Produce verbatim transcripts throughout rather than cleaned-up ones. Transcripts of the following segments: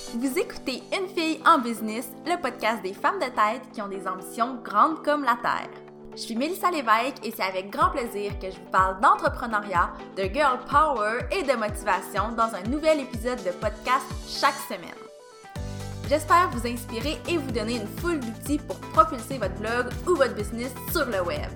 Vous écoutez Une fille en business, le podcast des femmes de tête qui ont des ambitions grandes comme la terre. Je suis Mélissa Lévesque et c'est avec grand plaisir que je vous parle d'entrepreneuriat, de girl power et de motivation dans un nouvel épisode de podcast chaque semaine. J'espère vous inspirer et vous donner une foule d'outils pour propulser votre blog ou votre business sur le web.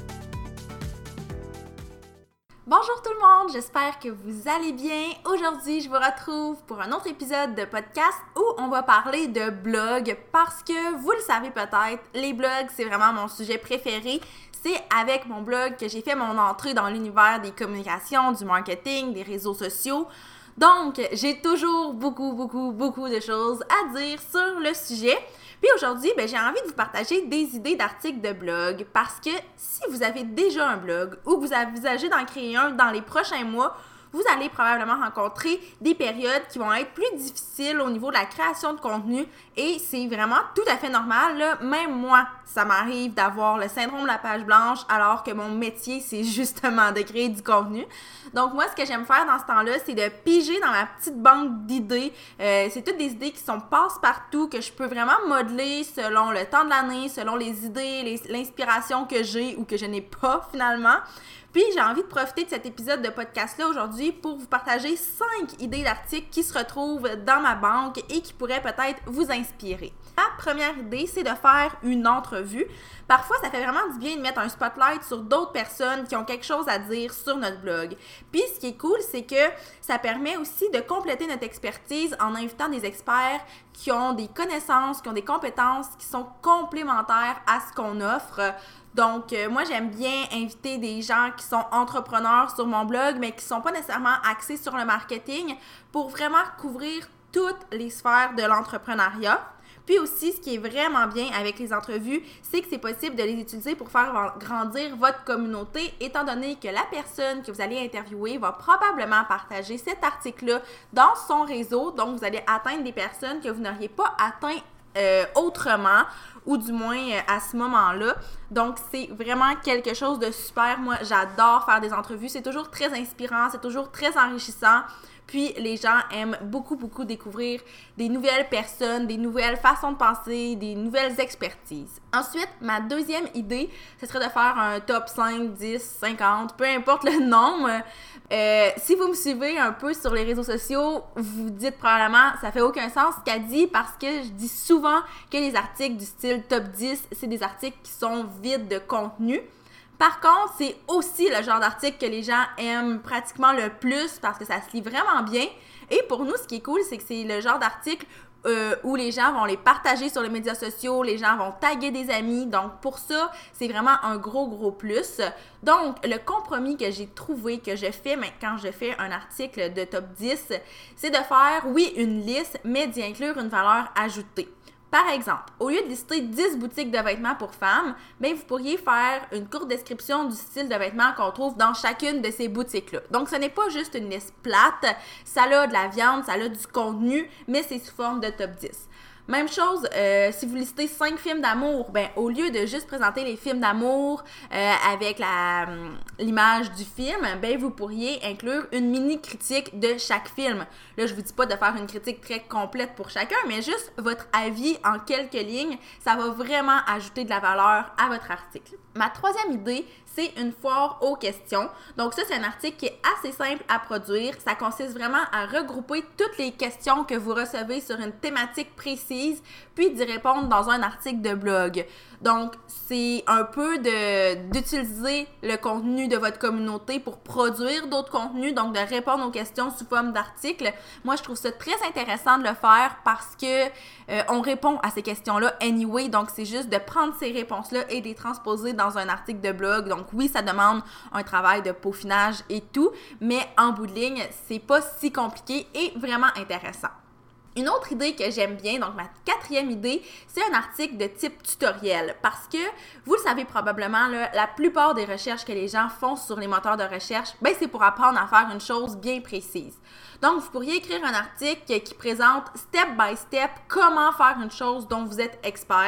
Bonjour tout le monde, j'espère que vous allez bien. Aujourd'hui, je vous retrouve pour un autre épisode de podcast où on va parler de blog parce que vous le savez peut-être, les blogs, c'est vraiment mon sujet préféré. C'est avec mon blog que j'ai fait mon entrée dans l'univers des communications, du marketing, des réseaux sociaux. Donc, j'ai toujours beaucoup, beaucoup, beaucoup de choses à dire sur le sujet. Puis aujourd'hui, ben, j'ai envie de vous partager des idées d'articles de blog parce que si vous avez déjà un blog ou que vous envisagez d'en créer un dans les prochains mois, vous allez probablement rencontrer des périodes qui vont être plus difficiles au niveau de la création de contenu et c'est vraiment tout à fait normal, là. Même moi, ça m'arrive d'avoir le syndrome de la page blanche alors que mon métier, c'est justement de créer du contenu. Donc moi, ce que j'aime faire dans ce temps-là, c'est de piger dans ma petite banque d'idées. Euh, c'est toutes des idées qui sont passe-partout, que je peux vraiment modeler selon le temps de l'année, selon les idées, les, l'inspiration que j'ai ou que je n'ai pas finalement. Puis, j'ai envie de profiter de cet épisode de podcast-là aujourd'hui pour vous partager cinq idées d'articles qui se retrouvent dans ma banque et qui pourraient peut-être vous inspirer. Ma première idée, c'est de faire une entrevue. Parfois, ça fait vraiment du bien de mettre un spotlight sur d'autres personnes qui ont quelque chose à dire sur notre blog. Puis, ce qui est cool, c'est que ça permet aussi de compléter notre expertise en invitant des experts qui ont des connaissances, qui ont des compétences qui sont complémentaires à ce qu'on offre. Donc, euh, moi, j'aime bien inviter des gens qui sont entrepreneurs sur mon blog, mais qui ne sont pas nécessairement axés sur le marketing pour vraiment couvrir toutes les sphères de l'entrepreneuriat. Puis aussi, ce qui est vraiment bien avec les entrevues, c'est que c'est possible de les utiliser pour faire grandir votre communauté, étant donné que la personne que vous allez interviewer va probablement partager cet article-là dans son réseau. Donc, vous allez atteindre des personnes que vous n'auriez pas atteint euh, autrement, ou du moins euh, à ce moment-là. Donc, c'est vraiment quelque chose de super. Moi, j'adore faire des entrevues. C'est toujours très inspirant, c'est toujours très enrichissant. Puis, les gens aiment beaucoup, beaucoup découvrir des nouvelles personnes, des nouvelles façons de penser, des nouvelles expertises. Ensuite, ma deuxième idée, ce serait de faire un top cinq, dix, cinquante, peu importe le nombre. Euh, si vous me suivez un peu sur les réseaux sociaux, vous dites probablement « ça fait aucun sens ce qu'elle dit » parce que je dis souvent que les articles du style top dix, c'est des articles qui sont vides de contenu. Par contre, c'est aussi le genre d'article que les gens aiment pratiquement le plus parce que ça se lit vraiment bien. Et pour nous, ce qui est cool, c'est que c'est le genre d'article euh, où les gens vont les partager sur les médias sociaux, les gens vont taguer des amis. Donc, pour ça, c'est vraiment un gros, gros plus. Donc, le compromis que j'ai trouvé, que je fais mais quand je fais un article de top dix, c'est de faire, oui, une liste, mais d'y inclure une valeur ajoutée. Par exemple, au lieu de lister dix boutiques de vêtements pour femmes, bien, vous pourriez faire une courte description du style de vêtements qu'on trouve dans chacune de ces boutiques-là. Donc, ce n'est pas juste une liste plate, ça a de la viande, ça a du contenu, mais c'est sous forme de top dix. Même chose, euh, si vous listez cinq films d'amour, ben au lieu de juste présenter les films d'amour euh, avec la, l'image du film, ben vous pourriez inclure une mini critique de chaque film. Là, je vous dis pas de faire une critique très complète pour chacun, mais juste votre avis en quelques lignes, ça va vraiment ajouter de la valeur à votre article. Ma troisième idée, c'est une foire aux questions. Donc ça, c'est un article qui est assez simple à produire. Ça consiste vraiment à regrouper toutes les questions que vous recevez sur une thématique précise, puis d'y répondre dans un article de blog. Donc, c'est un peu de, d'utiliser le contenu de votre communauté pour produire d'autres contenus, donc de répondre aux questions sous forme d'articles. Moi, je trouve ça très intéressant de le faire parce que euh, on répond à ces questions-là anyway, donc c'est juste de prendre ces réponses-là et de les transposer dans un article de blog. Donc oui, ça demande un travail de peaufinage et tout, mais en bout de ligne, c'est pas si compliqué et vraiment intéressant. Une autre idée que j'aime bien, donc ma quatrième idée, c'est un article de type tutoriel parce que, vous le savez probablement, là, la plupart des recherches que les gens font sur les moteurs de recherche, ben c'est pour apprendre à faire une chose bien précise. Donc, vous pourriez écrire un article qui présente step by step comment faire une chose dont vous êtes expert.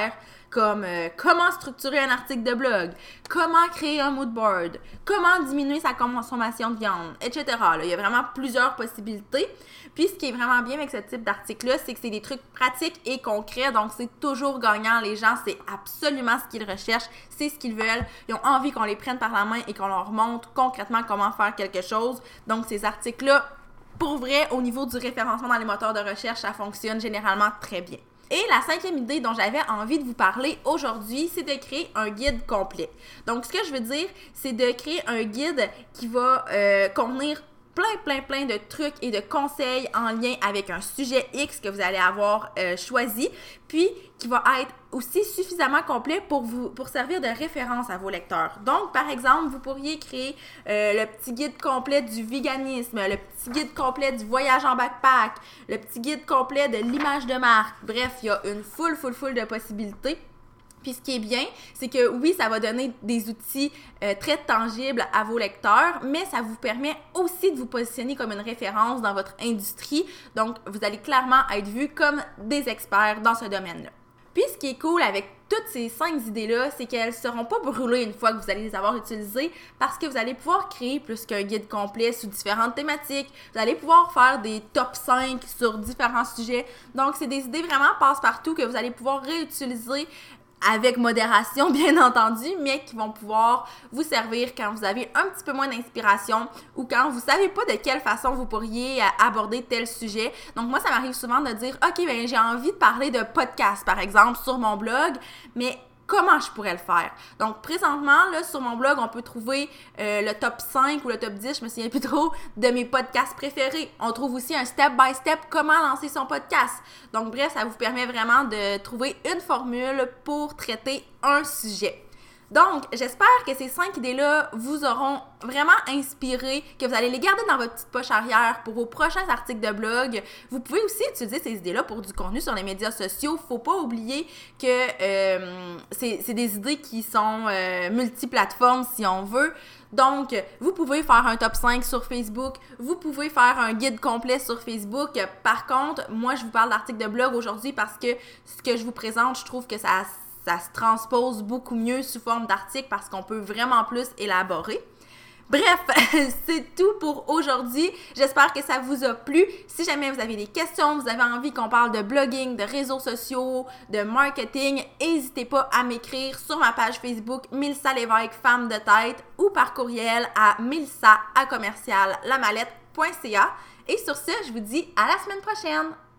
comme euh, comment structurer un article de blog, comment créer un mood board, comment diminuer sa consommation de viande, et cetera. Là, il y a vraiment plusieurs possibilités. Puis, ce qui est vraiment bien avec ce type d'article-là, c'est que c'est des trucs pratiques et concrets, donc c'est toujours gagnant. Les gens, c'est absolument ce qu'ils recherchent, c'est ce qu'ils veulent. Ils ont envie qu'on les prenne par la main et qu'on leur montre concrètement comment faire quelque chose. Donc, ces articles-là, pour vrai, au niveau du référencement dans les moteurs de recherche, ça fonctionne généralement très bien. Et la cinquième idée dont j'avais envie de vous parler aujourd'hui, c'est de créer un guide complet. Donc, ce que je veux dire, c'est de créer un guide qui va euh, contenir plein, plein, plein de trucs et de conseils en lien avec un sujet X que vous allez avoir euh, choisi, puis qui va être aussi suffisamment complet pour vous pour servir de référence à vos lecteurs. Donc, par exemple, vous pourriez créer euh, le petit guide complet du véganisme, le petit guide complet du voyage en backpack, le petit guide complet de l'image de marque. Bref, il y a une foule, foule, foule de possibilités. Puis ce qui est bien, c'est que oui, ça va donner des outils euh, très tangibles à vos lecteurs, mais ça vous permet aussi de vous positionner comme une référence dans votre industrie. Donc, vous allez clairement être vus comme des experts dans ce domaine-là. Puis ce qui est cool avec toutes ces cinq idées-là, c'est qu'elles ne seront pas brûlées une fois que vous allez les avoir utilisées parce que vous allez pouvoir créer plus qu'un guide complet sous différentes thématiques. Vous allez pouvoir faire des top cinq sur différents sujets. Donc, c'est des idées vraiment passe-partout que vous allez pouvoir réutiliser avec modération, bien entendu, mais qui vont pouvoir vous servir quand vous avez un petit peu moins d'inspiration ou quand vous savez pas de quelle façon vous pourriez aborder tel sujet. Donc, moi, ça m'arrive souvent de dire, OK, ben j'ai envie de parler de podcast, par exemple, sur mon blog, mais comment je pourrais le faire? Donc, présentement, là, sur mon blog, on peut trouver euh, le top cinq ou le top dix, je me souviens plus trop, de mes podcasts préférés. On trouve aussi un step-by-step comment lancer son podcast. Donc, bref, ça vous permet vraiment de trouver une formule pour traiter un sujet. Donc, j'espère que ces cinq idées-là vous auront vraiment inspiré, que vous allez les garder dans votre petite poche arrière pour vos prochains articles de blog. Vous pouvez aussi utiliser ces idées-là pour du contenu sur les médias sociaux. Faut pas oublier que euh, c'est, c'est des idées qui sont euh, multiplateformes, si on veut. Donc, vous pouvez faire un top cinq sur Facebook, vous pouvez faire un guide complet sur Facebook. Par contre, moi, je vous parle d'articles de blog aujourd'hui parce que ce que je vous présente, je trouve que ça ça se transpose beaucoup mieux sous forme d'article parce qu'on peut vraiment plus élaborer. Bref, c'est tout pour aujourd'hui. J'espère que ça vous a plu. Si jamais vous avez des questions, vous avez envie qu'on parle de blogging, de réseaux sociaux, de marketing, n'hésitez pas à m'écrire sur ma page Facebook Mélissa Lévesque, femme de tête, ou par courriel à mélissa à commercial lamallette point c a. Et sur ce, je vous dis à la semaine prochaine!